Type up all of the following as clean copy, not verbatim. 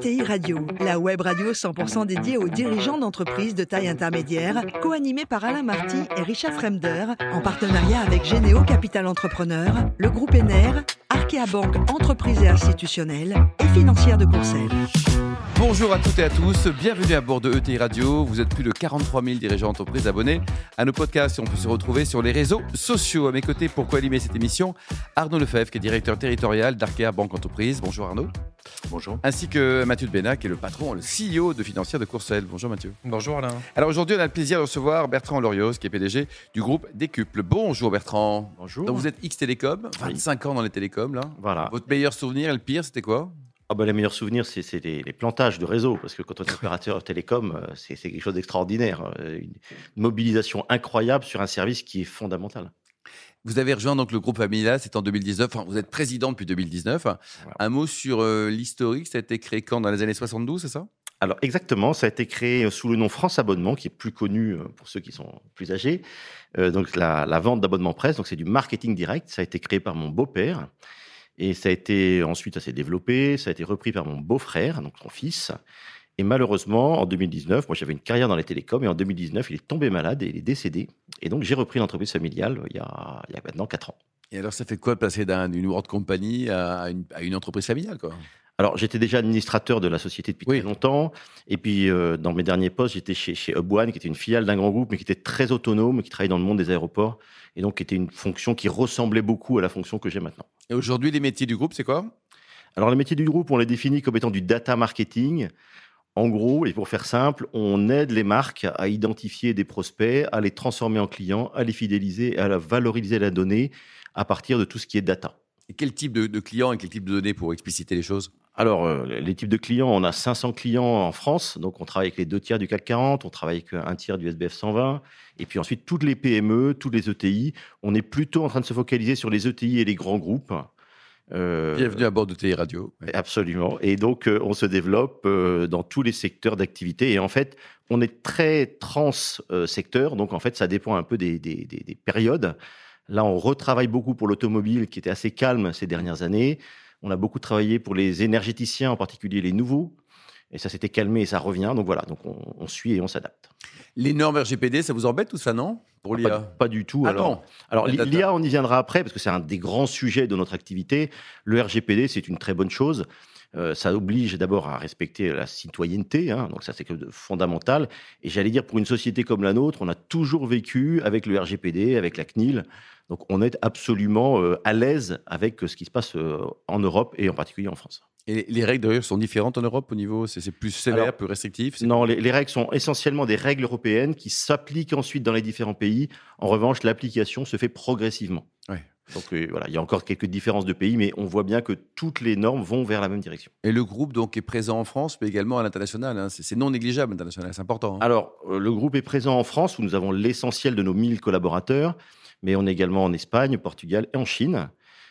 ETI Radio, la web radio 100% dédiée aux dirigeants d'entreprises de taille intermédiaire, co-animée par Alain Marty et Richard Fremder, en partenariat avec Généo Capital Entrepreneur, le groupe Ener, Arkea Banque Entreprises et Institutionnelles et Financière de Courcelles. Bonjour à toutes et à tous, bienvenue à bord de ETI Radio. Vous êtes plus de 43 000 dirigeants d'entreprises abonnés à nos podcasts et on peut se retrouver sur les réseaux sociaux. À mes côtés pour co-animer cette émission, Arnaud Lefebvre, qui est directeur territorial d'Arkea Banque Entreprises. Bonjour Arnaud. Bonjour. Ainsi que Mathieu de Bénac, qui est le patron, le CEO de Financière de Courcelles. Bonjour Mathieu. Bonjour Alain. Alors aujourd'hui, on a le plaisir de recevoir Bertrand Lorios, qui est PDG du groupe Décuple. Bonjour Bertrand. Bonjour. Donc vous êtes X-Télécom, 25 ans dans les télécoms là. Voilà. Votre meilleur souvenir et le pire, c'était quoi ? Les meilleurs souvenirs, c'est les plantages de réseau, parce que quand on est opérateur télécom, c'est quelque chose d'extraordinaire. Une mobilisation incroyable sur un service qui est fondamental. Vous avez rejoint donc le groupe Familial, c'est en 2019. Enfin, vous êtes président depuis 2019. Voilà. Un mot sur l'historique, ça a été créé quand ? Dans les années 72, c'est ça ? Alors exactement, ça a été créé sous le nom France Abonnement, qui est plus connu pour ceux qui sont plus âgés. Donc la vente d'abonnements presse, donc c'est du marketing direct. Ça a été créé par mon beau-père. Et ça a été ensuite, ça s'est développé, ça a été repris par mon beau-frère, donc son fils. Et malheureusement, en 2019, moi j'avais une carrière dans les télécoms, et en 2019, il est tombé malade et il est décédé. Et donc j'ai repris l'entreprise familiale il y a maintenant 4 ans. Et alors ça fait quoi de passer d'une world company à une entreprise familiale, quoi ? Alors j'étais déjà administrateur de la société depuis très longtemps. Et puis dans mes derniers postes, j'étais chez Hub One, qui était une filiale d'un grand groupe, mais qui était très autonome, qui travaillait dans le monde des aéroports. Et donc qui était une fonction qui ressemblait beaucoup à la fonction que j'ai maintenant. Et aujourd'hui, les métiers du groupe, c'est quoi ? Alors, les métiers du groupe, on les définit comme étant du data marketing. En gros, et pour faire simple, on aide les marques à identifier des prospects, à les transformer en clients, à les fidéliser, à valoriser la donnée à partir de tout ce qui est data. Et quel type de clients et quel type de données pour expliciter les choses ? Alors, les types de clients, on a 500 clients en France, donc on travaille avec les 2 tiers du CAC 40, on travaille avec 1 tiers du SBF 120, et puis ensuite toutes les PME, tous les ETI. On est plutôt en train de se focaliser sur les ETI et les grands groupes. Bienvenue à bord de ETI Radio. Absolument. Et donc, on se développe dans tous les secteurs d'activité. Et en fait, on est très trans-secteur, donc en fait, ça dépend un peu des périodes. Là, on retravaille beaucoup pour l'automobile, qui était assez calme ces dernières années. On a beaucoup travaillé pour les énergéticiens, en particulier les nouveaux. Et ça s'était calmé et ça revient. Donc voilà, donc on suit et on s'adapte. Les normes RGPD, ça vous embête tout ça, non ? Pour l'IA ? Pas du tout. Alors l'IA, on y viendra après, parce que c'est un des grands sujets de notre activité. Le RGPD, c'est une très bonne chose. Ça oblige d'abord à respecter la citoyenneté, donc ça c'est fondamental. Et j'allais dire, pour une société comme la nôtre, on a toujours vécu avec le RGPD, avec la CNIL. Donc on est absolument à l'aise avec ce qui se passe en Europe et en particulier en France. Et les règles d'ailleurs sont différentes en Europe au niveau, c'est plus sévère, plus restrictif ? Non, les règles sont essentiellement des règles européennes qui s'appliquent ensuite dans les différents pays. En revanche, l'application se fait progressivement. Ouais. Donc voilà, il y a encore quelques différences de pays, mais on voit bien que toutes les normes vont vers la même direction. Et le groupe donc est présent en France, mais également à l'international. C'est non négligeable l'international, c'est important. Alors, le groupe est présent en France, où nous avons l'essentiel de nos 1000 collaborateurs, mais on est également en Espagne, au Portugal et en Chine.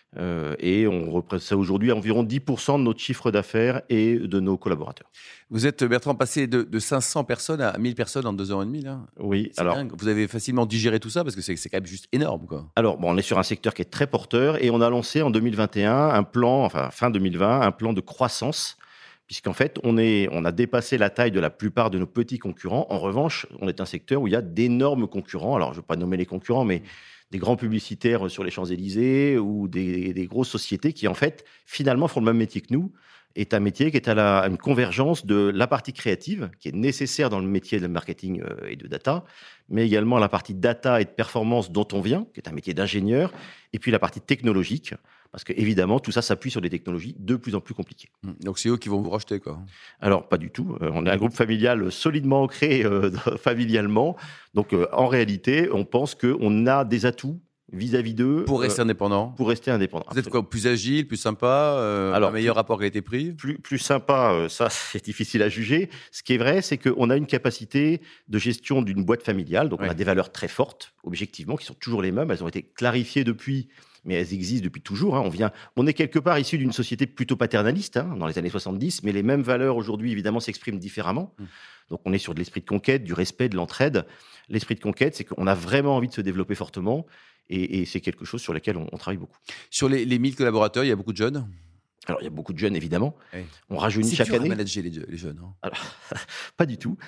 Et on représente aujourd'hui environ 10% de notre chiffre d'affaires et de nos collaborateurs. Vous êtes, Bertrand, passé de 500 personnes à 1000 personnes en 2 ans et demi, là. Oui. C'est dingue. Vous avez facilement digéré tout ça parce que c'est quand même juste énorme, quoi. Alors, on est sur un secteur qui est très porteur et on a lancé en 2021 un plan, fin 2020, un plan de croissance, puisqu'en fait, on a dépassé la taille de la plupart de nos petits concurrents. En revanche, on est un secteur où il y a d'énormes concurrents. Alors, je ne vais pas nommer les concurrents, mais des grands publicitaires sur les Champs-Élysées ou des grosses sociétés qui, en fait, finalement, font le même métier que nous. Est un métier qui est à une convergence de la partie créative, qui est nécessaire dans le métier de marketing et de data, mais également la partie data et de performance dont on vient, qui est un métier d'ingénieur, et puis la partie technologique, parce qu'évidemment, tout ça s'appuie sur des technologies de plus en plus compliquées. Donc, c'est eux qui vont vous racheter, quoi. Alors, pas du tout. On est un groupe familial solidement ancré familialement. Donc, en réalité, on pense qu'on a des atouts vis-à-vis d'eux. Pour rester indépendant. Pour rester indépendant. Vous êtes quoi, plus agile, plus sympa, un meilleur rapport qualité-prix ? Plus sympa, ça c'est difficile à juger. Ce qui est vrai, c'est qu'on a une capacité de gestion d'une boîte familiale. Donc on a des valeurs très fortes, objectivement, qui sont toujours les mêmes. Elles ont été clarifiées depuis, mais elles existent depuis toujours. On est quelque part issu d'une société plutôt paternaliste, dans les années 70, mais les mêmes valeurs aujourd'hui, évidemment, s'expriment différemment. Donc on est sur de l'esprit de conquête, du respect, de l'entraide. L'esprit de conquête, c'est qu'on a vraiment envie de se développer fortement. Et c'est quelque chose sur lequel on travaille beaucoup. Sur les 1000 collaborateurs, il y a beaucoup de jeunes ? Alors, il y a beaucoup de jeunes, évidemment. Oui. On rajeunit C'est chaque dur année. à manager les jeunes. Hein. Alors, pas du tout.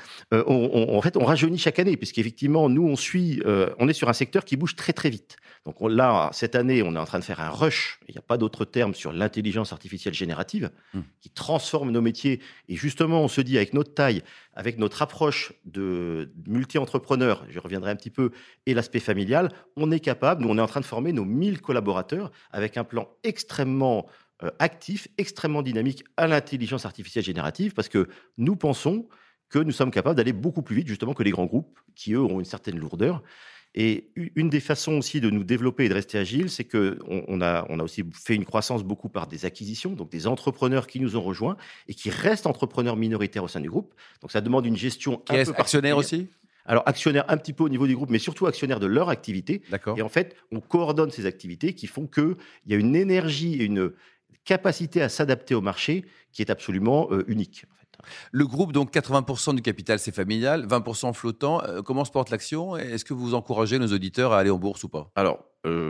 En fait, on rajeunit chaque année, puisqu'effectivement, nous, on est sur un secteur qui bouge très, très vite. Donc là, cette année, on est en train de faire un rush, il n'y a pas d'autre terme, sur l'intelligence artificielle générative, qui transforme nos métiers. Et justement, on se dit, avec notre taille, avec notre approche de multi-entrepreneur, je reviendrai un petit peu, et l'aspect familial, on est capable, nous, on est en train de former nos 1000 collaborateurs avec un plan extrêmement actif, extrêmement dynamique à l'intelligence artificielle générative, parce que nous pensons que nous sommes capables d'aller beaucoup plus vite, justement, que les grands groupes, qui, eux, ont une certaine lourdeur. Et une des façons aussi de nous développer et de rester agile, c'est qu'on a aussi fait une croissance beaucoup par des acquisitions, donc des entrepreneurs qui nous ont rejoints et qui restent entrepreneurs minoritaires au sein du groupe. Donc ça demande une gestion un peu actionnaire aussi. Alors, actionnaires un petit peu au niveau du groupe, mais surtout actionnaires de leur activité. D'accord. Et en fait, on coordonne ces activités qui font qu'il y a une énergie et une capacité à s'adapter au marché qui est absolument unique. En fait. Le groupe, donc 80% du capital, c'est familial, 20% flottant. Comment se porte l'action? Est-ce que vous encouragez nos auditeurs à aller en bourse ou pas? Alors,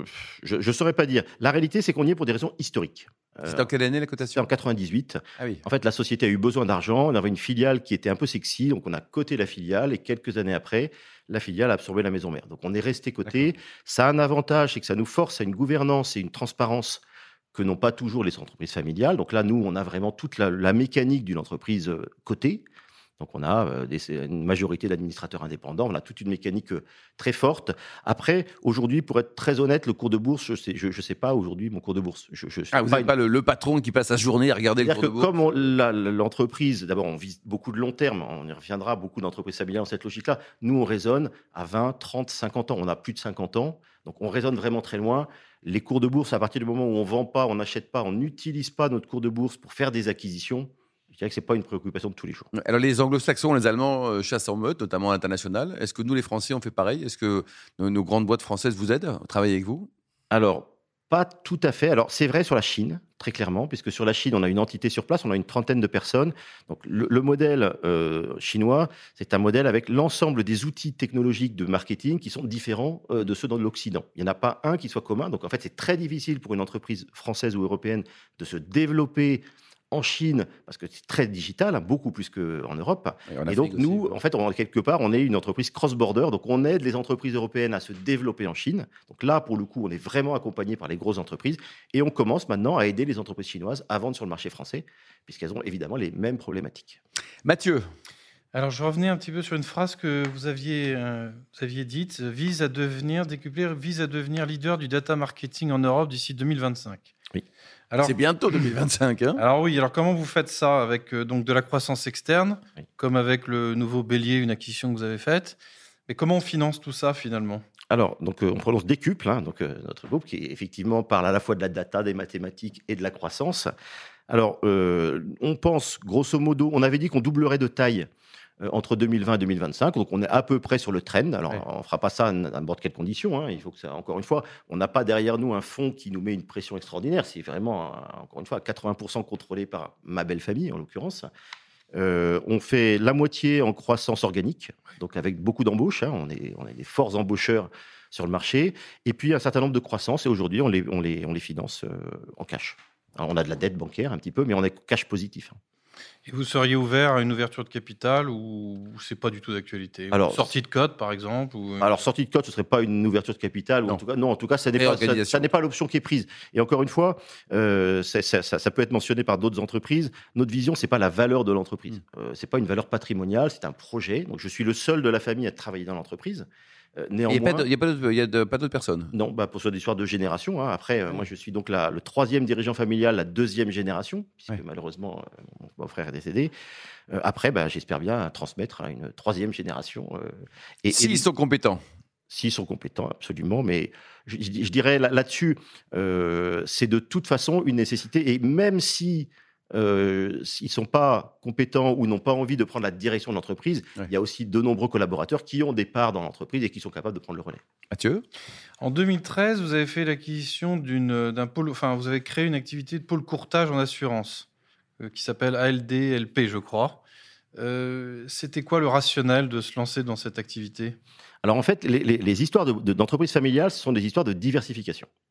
je ne saurais pas dire. La réalité, c'est qu'on y est pour des raisons historiques. C'était en quelle année la C'était cotation? en 98. Ah oui. En fait, la société a eu besoin d'argent. On avait une filiale qui était un peu sexy, donc on a coté la filiale. Et quelques années après, la filiale a absorbé la maison mère. Donc on est resté coté. Ça a un avantage, c'est que ça nous force à une gouvernance et une transparence que n'ont pas toujours les entreprises familiales. Donc là, nous, on a vraiment toute la mécanique d'une entreprise cotée. Donc on a une majorité d'administrateurs indépendants, on a toute une mécanique très forte. Après, aujourd'hui, pour être très honnête, le cours de bourse, je sais pas aujourd'hui mon cours de bourse. Vous n'êtes pas le patron qui passe sa journée à regarder le cours de bourse? Comme l'entreprise, d'abord, on vise beaucoup de long terme, on y reviendra, beaucoup d'entreprises familiales dans cette logique-là. Nous, on raisonne à 20, 30, 50 ans. On a plus de 50 ans, donc on raisonne vraiment très loin. Les cours de bourse, à partir du moment où on ne vend pas, on n'achète pas, on n'utilise pas notre cours de bourse pour faire des acquisitions, je dirais que ce n'est pas une préoccupation de tous les jours. Alors les anglo-saxons, les allemands chassent en meute, notamment à l'international. Est-ce que nous, les Français, on fait pareil? Est-ce que nos grandes boîtes françaises vous aident à travailler avec vous? Alors, pas tout à fait. Alors, c'est vrai sur la Chine, très clairement, puisque sur la Chine, on a une entité sur place, on a une trentaine de personnes. Donc, le modèle chinois, c'est un modèle avec l'ensemble des outils technologiques de marketing qui sont différents de ceux dans l'Occident. Il n'y en a pas un qui soit commun. Donc, en fait, c'est très difficile pour une entreprise française ou européenne de se développer en Chine, parce que c'est très digital, hein, beaucoup plus qu'en Europe. Et donc, nous, aussi, en fait, quelque part, on est une entreprise cross-border. Donc, on aide les entreprises européennes à se développer en Chine. Donc là, pour le coup, on est vraiment accompagné par les grosses entreprises. Et on commence maintenant à aider les entreprises chinoises à vendre sur le marché français, puisqu'elles ont évidemment les mêmes problématiques. Mathieu. Alors, je revenais un petit peu sur une phrase que vous aviez dite, vise à devenir leader du data marketing en Europe d'ici 2025. Oui. Alors, c'est bientôt 2025. Hein. Alors oui, alors comment vous faites ça avec donc de la croissance externe, oui, comme avec le nouveau Bélier, une acquisition que vous avez faite, mais comment on finance tout ça finalement? Alors, donc, on prononce Décuple, hein, donc, notre groupe qui effectivement parle à la fois de la data, des mathématiques et de la croissance. Alors, on pense, grosso modo, on avait dit qu'on doublerait de taille entre 2020 et 2025, donc on est à peu près sur le trend. Alors, ouais, on ne fera pas ça à n'importe quelle condition. Hein. Il faut que ça, encore une fois, on n'a pas derrière nous un fonds qui nous met une pression extraordinaire. C'est vraiment, encore une fois, 80% contrôlé par ma belle famille, en l'occurrence. On fait la moitié en croissance organique, donc avec beaucoup d'embauches. Hein. On est des forts embaucheurs sur le marché. Et puis, un certain nombre de croissances. Et aujourd'hui, on les finance en cash. Alors, on a de la dette bancaire un petit peu, mais on est cash positif. Hein. Et vous seriez ouvert à une ouverture de capital ou c'est pas du tout d'actualité? Alors, sortie de code, par exemple ou... Alors, sortie de code, ce serait pas une ouverture de capital. Ou en tout cas, ça n'est pas l'option qui est prise. Et encore une fois, ça peut être mentionné par d'autres entreprises. Notre vision, c'est pas la valeur de l'entreprise. C'est pas une valeur patrimoniale, c'est un projet. Donc, je suis le seul de la famille à travailler dans l'entreprise. Néanmoins, il n'y a pas d'autres personnes? Non, pour cette histoire de génération. Hein. Après, moi, je suis donc le troisième dirigeant familial, la deuxième génération, puisque malheureusement, mon frère est décédé. Après, j'espère bien transmettre à une troisième génération. S'ils sont compétents. S'ils sont compétents, absolument. Mais je dirais là-dessus, c'est de toute façon une nécessité. Et même si... s'ils ne sont pas compétents ou n'ont pas envie de prendre la direction de l'entreprise, il y a aussi de nombreux collaborateurs qui ont des parts dans l'entreprise et qui sont capables de prendre le relais. Mathieu ? En 2013, vous avez fait l'acquisition d'un pôle, enfin, vous avez créé une activité de pôle courtage en assurance qui s'appelle ALD-LP, je crois. C'était quoi le rationnel de se lancer dans cette activité ? Alors en fait, les histoires d'entreprises familiales, ce sont des histoires de diversification.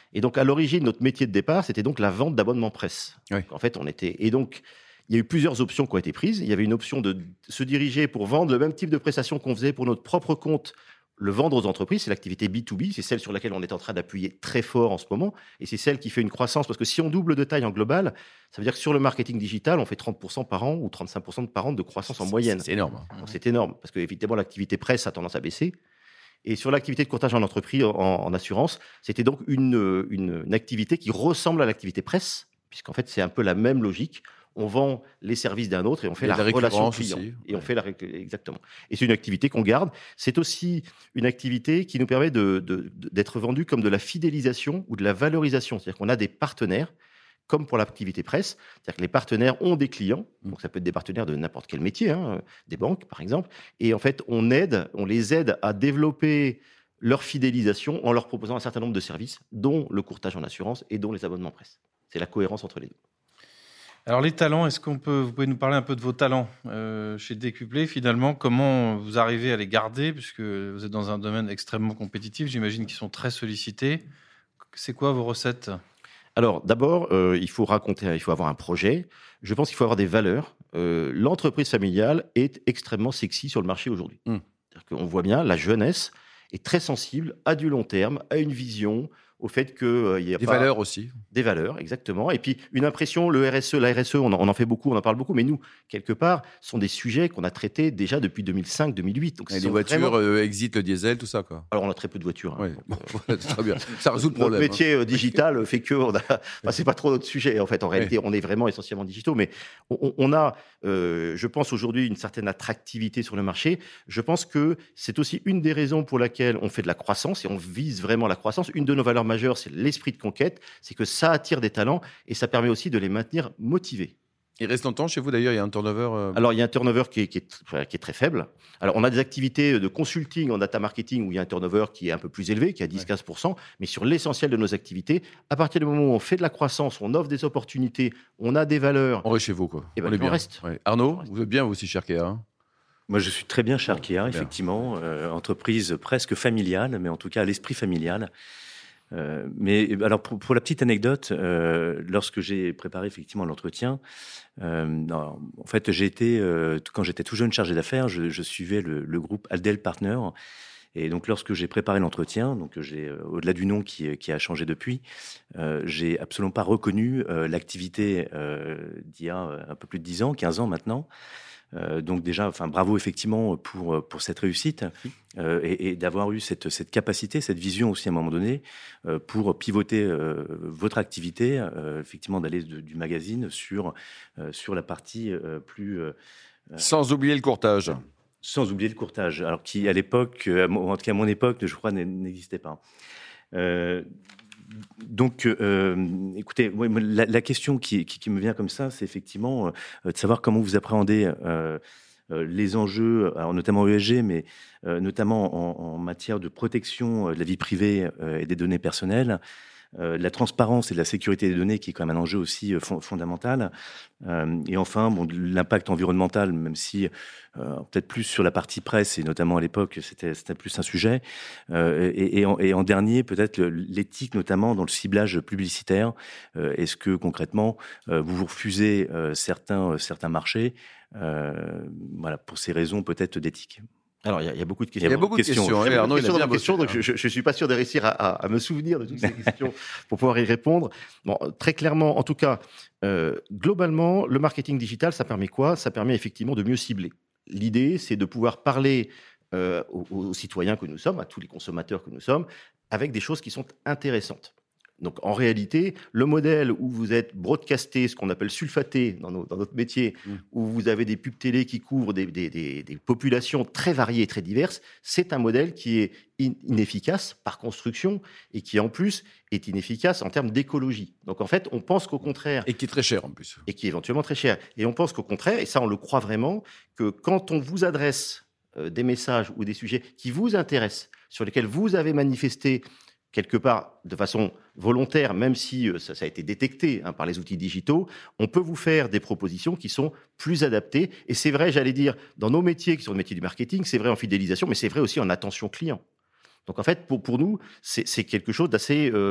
Et donc, à l'origine, notre métier de départ, c'était donc la vente d'abonnements presse. Oui. En fait, Et donc, il y a eu plusieurs options qui ont été prises. Il y avait une option de se diriger pour vendre le même type de prestations qu'on faisait pour notre propre compte, le vendre aux entreprises. C'est l'activité B2B, c'est celle sur laquelle on est en train d'appuyer très fort en ce moment. Et c'est celle qui fait une croissance, parce que si on double de taille en global, ça veut dire que sur le marketing digital, on fait 30% par an ou 35% par an de croissance en moyenne. C'est énorme. Donc, c'est énorme, parce que évidemment, l'activité presse a tendance à baisser. Et sur l'activité de courtage en entreprise, en assurance, c'était donc une activité qui ressemble à l'activité presse, puisqu'en fait, c'est un peu la même logique. On vend les services d'un autre et on fait la relation client. Aussi. Et on fait exactement. Et c'est une activité qu'on garde. C'est aussi une activité qui nous permet d'être vendue comme de la fidélisation ou de la valorisation. C'est-à-dire qu'on a des partenaires, comme pour l'activité presse. C'est-à-dire que les partenaires ont des clients. Donc ça peut être des partenaires de n'importe quel métier, des banques par exemple. Et en fait, on les aide à développer leur fidélisation en leur proposant un certain nombre de services, dont le courtage en assurance et dont les abonnements presse. C'est la cohérence entre les deux. Alors les talents, vous pouvez nous parler un peu de vos talents chez Décuplé, finalement, comment vous arrivez à les garder, puisque vous êtes dans un domaine extrêmement compétitif, j'imagine qu'ils sont très sollicités. C'est quoi vos recettes ? Alors d'abord, il faut avoir un projet. Je pense qu'il faut avoir des valeurs. L'entreprise familiale est extrêmement sexy sur le marché aujourd'hui. C'est-à-dire qu'on voit bien, la jeunesse est très sensible à du long terme, à une vision, au fait qu'il y a des valeurs aussi. Des valeurs, exactement. Et puis, une impression, la RSE, on en fait beaucoup, on en parle beaucoup, mais nous, quelque part, sont des sujets qu'on a traités déjà depuis 2005-2008. Donc, et les voitures, exit le diesel, tout ça, quoi. Alors, on a très peu de voitures. Oui. C'est très bien. Ça résout le problème. Notre métier digital fait que c'est pas trop notre sujet. En fait, en réalité, on est vraiment essentiellement digitaux, mais on a, je pense, aujourd'hui, une certaine attractivité sur le marché. Je pense que c'est aussi une des raisons pour laquelle on fait de la croissance et on vise vraiment la croissance. Une de nos valeurs majeures, c'est l'esprit de conquête. C'est que ça attire des talents et ça permet aussi de les maintenir motivés. Il reste longtemps chez vous d'ailleurs, il y a un turnover Alors il y a un turnover qui est très faible. Alors on a des activités de consulting en data marketing où il y a un turnover qui est un peu plus élevé, qui est à 10-15%, mais sur l'essentiel de nos activités, à partir du moment où on fait de la croissance, on offre des opportunités, on a des valeurs. On reste chez vous, quoi. Et ben, on est bien. Reste. Ouais. Arnaud, vous êtes bien vous aussi chez Arkea Moi, je suis très bien chez Arkea, effectivement. Entreprise presque familiale, mais en tout cas à l'esprit familial. Mais alors pour la petite anecdote, lorsque j'ai préparé effectivement l'entretien, en fait quand j'étais tout jeune chargé d'affaires, je suivais le groupe Aldel Partner. Et donc lorsque j'ai préparé l'entretien, donc j'ai au-delà du nom qui a changé depuis, j'ai absolument pas reconnu l'activité d'il y a un peu plus de 10 ans, 15 ans maintenant. Donc déjà, bravo effectivement pour cette réussite et d'avoir eu cette capacité, cette vision aussi à un moment donné pour pivoter votre activité, effectivement d'aller du magazine sur la partie plus... Sans oublier le courtage. Sans oublier le courtage, alors qui à l'époque, en tout cas à mon époque, je crois, n'existait pas. Donc, écoutez, la question qui me vient comme ça, c'est effectivement de savoir comment vous appréhendez les enjeux, alors notamment ESG, mais notamment en matière de protection de la vie privée et des données personnelles, la transparence et la sécurité des données, qui est quand même un enjeu aussi fondamental. Et enfin, l'impact environnemental, même si peut-être plus sur la partie presse, et notamment à l'époque, c'était plus un sujet. Et en dernier, peut-être l'éthique, notamment dans le ciblage publicitaire. Est-ce que concrètement, vous refusez certains marchés pour ces raisons peut-être d'éthique? Alors, il y a beaucoup de questions. Il y a beaucoup de questions. Arnaud, il a bien bossé. Donc, je ne suis pas sûr de réussir à me souvenir de toutes ces questions pour pouvoir y répondre. Bon, très clairement, en tout cas, globalement, le marketing digital, ça permet quoi ? Ça permet effectivement de mieux cibler. L'idée, c'est de pouvoir parler aux citoyens que nous sommes, à tous les consommateurs que nous sommes, avec des choses qui sont intéressantes. Donc, en réalité, le modèle où vous êtes broadcasté, ce qu'on appelle sulfaté dans notre métier, où vous avez des pubs télé qui couvrent des populations très variées et très diverses, c'est un modèle qui est inefficace par construction et qui, en plus, est inefficace en termes d'écologie. Donc, en fait, on pense qu'au contraire... Et qui est très cher, en plus. Et qui est éventuellement très cher. Et on pense qu'au contraire, et ça, on le croit vraiment, que quand on vous adresse des messages ou des sujets qui vous intéressent, sur lesquels vous avez manifesté quelque part de façon volontaire, même si ça a été détecté par les outils digitaux, on peut vous faire des propositions qui sont plus adaptées. Et c'est vrai, j'allais dire, dans nos métiers qui sont le métier du marketing, c'est vrai en fidélisation, mais c'est vrai aussi en attention client. Donc en fait, pour nous, c'est quelque chose d'assez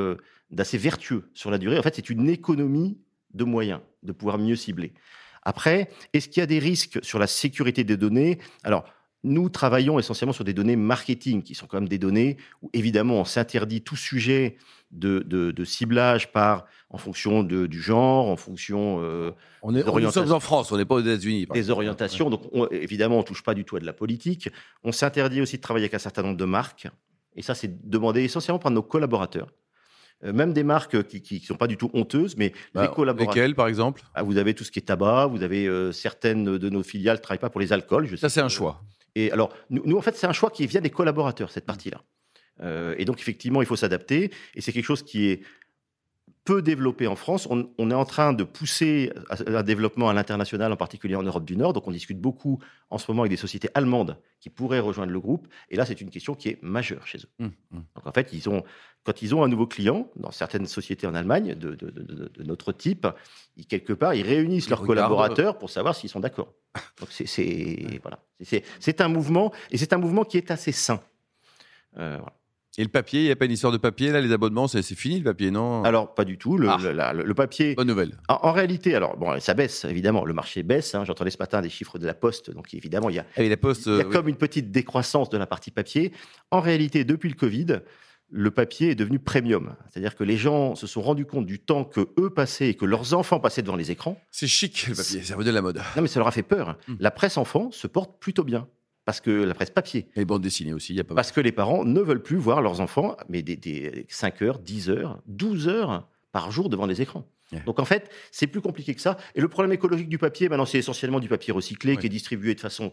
d'assez vertueux sur la durée. En fait, c'est une économie de moyens, de pouvoir mieux cibler. Après, est-ce qu'il y a des risques sur la sécurité des données ? Alors, nous travaillons essentiellement sur des données marketing, qui sont quand même des données où, évidemment, on s'interdit tout sujet de ciblage en fonction du genre, en fonction nous sommes en France, on n'est pas aux États-Unis. Des orientations. Donc, évidemment, on ne touche pas du tout à de la politique. On s'interdit aussi de travailler avec un certain nombre de marques. Et ça, c'est demandé essentiellement par nos collaborateurs. Même des marques qui ne sont pas du tout honteuses, mais les collaborateurs. Lesquelles, par exemple ? Vous avez tout ce qui est tabac, vous avez certaines de nos filiales ne travaillent pas pour les alcools. Ça, c'est un choix. Et alors, nous, en fait, c'est un choix qui vient des collaborateurs, cette partie-là. Et donc, effectivement, il faut s'adapter. Et c'est quelque chose qui est peu développé en France. On est en train de pousser un développement à l'international, en particulier en Europe du Nord. Donc, on discute beaucoup en ce moment avec des sociétés allemandes qui pourraient rejoindre le groupe. Et là, c'est une question qui est majeure chez eux. Donc, en fait, quand ils ont un nouveau client, dans certaines sociétés en Allemagne de notre type, quelque part, ils réunissent leurs collaborateurs pour savoir s'ils sont d'accord. Donc, voilà. C'est un mouvement, et c'est un mouvement qui est assez sain. Voilà. Et le papier, il n'y a pas une histoire de papier, là, les abonnements, c'est fini le papier, non ? Alors, pas du tout. Le papier. Bonne nouvelle. En réalité, alors, bon, ça baisse, évidemment. Le marché baisse. J'entendais ce matin des chiffres de la Poste. Donc, évidemment, il y a comme une petite décroissance de la partie papier. En réalité, depuis le Covid, le papier est devenu premium. C'est-à-dire que les gens se sont rendus compte du temps que eux passaient et que leurs enfants passaient devant les écrans. C'est chic, le papier. Ça redevient la mode. Non, mais ça leur a fait peur. La presse enfant se porte plutôt bien. Parce que la presse papier. Et les bandes dessinées aussi, il y a pas mal. Parce que les parents ne veulent plus voir leurs enfants, mais des 5 heures, 10 heures, 12 heures par jour devant les écrans. Ouais. Donc en fait, c'est plus compliqué que ça. Et le problème écologique du papier, maintenant, c'est essentiellement du papier recyclé qui est distribué de façon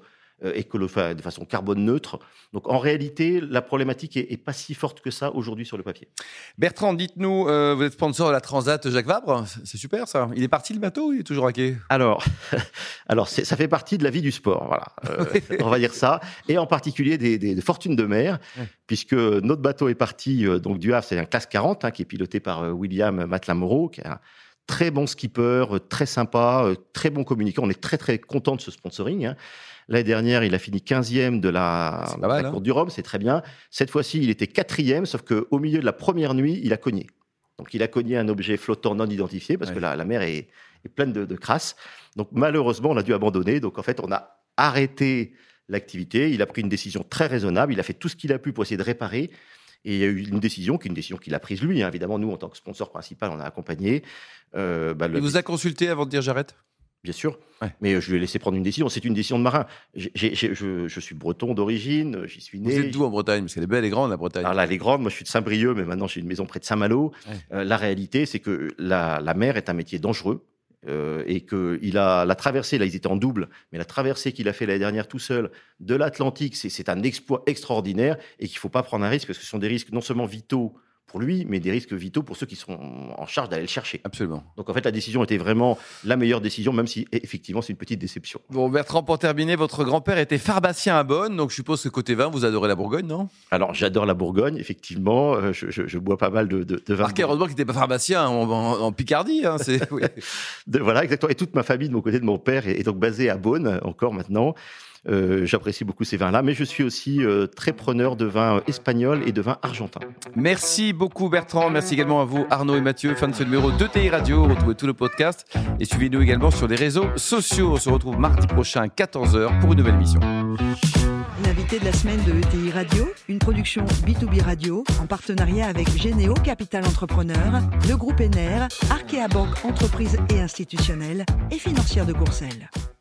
de façon carbone neutre. Donc en réalité, la problématique est pas si forte que ça aujourd'hui sur le papier. Bertrand, dites-nous, vous êtes sponsor de la Transat Jacques Vabre, c'est super ça. Il est parti le bateau ou il est toujours à quai ? Alors ça fait partie de la vie du sport, voilà. On va dire ça, et en particulier des fortunes de mer, puisque notre bateau est parti donc du Havre, c'est un classe 40 qui est piloté par William Matelin-Moreau, qui est un très bon skipper, très sympa, très bon communicant. On est très très content de ce sponsoring. L'année dernière, il a fini 15e de la Course du Rhum, c'est très bien. Cette fois-ci, il était 4e, sauf qu'au milieu de la première nuit, il a cogné. Donc, il a cogné un objet flottant non identifié, parce que la mer est pleine de crasse. Donc, malheureusement, on a dû abandonner. Donc, en fait, on a arrêté l'activité. Il a pris une décision très raisonnable. Il a fait tout ce qu'il a pu pour essayer de réparer. Et il y a eu une décision qu'il a prise lui. Évidemment, nous, en tant que sponsor principal, on a accompagné. Il vous a consulté avant de dire j'arrête ? Bien sûr, mais je lui ai laissé prendre une décision. C'est une décision de marin. Je suis breton d'origine, j'y suis né. Vous êtes d'où en Bretagne ? Parce qu'elle est belle et grande, la Bretagne. Alors là, elle est grande. Moi, je suis de Saint-Brieuc, mais maintenant, j'ai une maison près de Saint-Malo. La réalité, c'est que la mer est un métier dangereux. Et que la traversée, là ils étaient en double, mais la traversée qu'il a fait l'année dernière tout seul de l'Atlantique, c'est un exploit extraordinaire et qu'il ne faut pas prendre un risque parce que ce sont des risques non seulement vitaux pour lui, mais des risques vitaux pour ceux qui sont en charge d'aller le chercher. Absolument. Donc en fait, la décision était vraiment la meilleure décision, même si effectivement c'est une petite déception. Bon, Bertrand, pour terminer, votre grand-père était pharmacien à Beaune, donc je suppose que côté vin, vous adorez la Bourgogne, non ? Alors j'adore la Bourgogne, effectivement, je bois pas mal de vin. Heureusement qu'il n'était pas pharmacien en Picardie. Oui. Voilà, exactement. Et toute ma famille de mon côté de mon père est donc basée à Beaune, encore maintenant. J'apprécie beaucoup ces vins-là, mais je suis aussi très preneur de vins espagnols et de vins argentins. Merci beaucoup Bertrand, merci également à vous Arnaud et Mathieu, fin de ce numéro d'ETI Radio. Retrouvez tous nos podcasts et suivez-nous également sur les réseaux sociaux. On se retrouve mardi prochain à 14h pour une nouvelle émission. L'invité de la semaine de ETI Radio, une production B2B Radio en partenariat avec Généo Capital Entrepreneur, le groupe ENER, Arkea Banque Entreprise et Institutionnelle et Financière de Courcelles.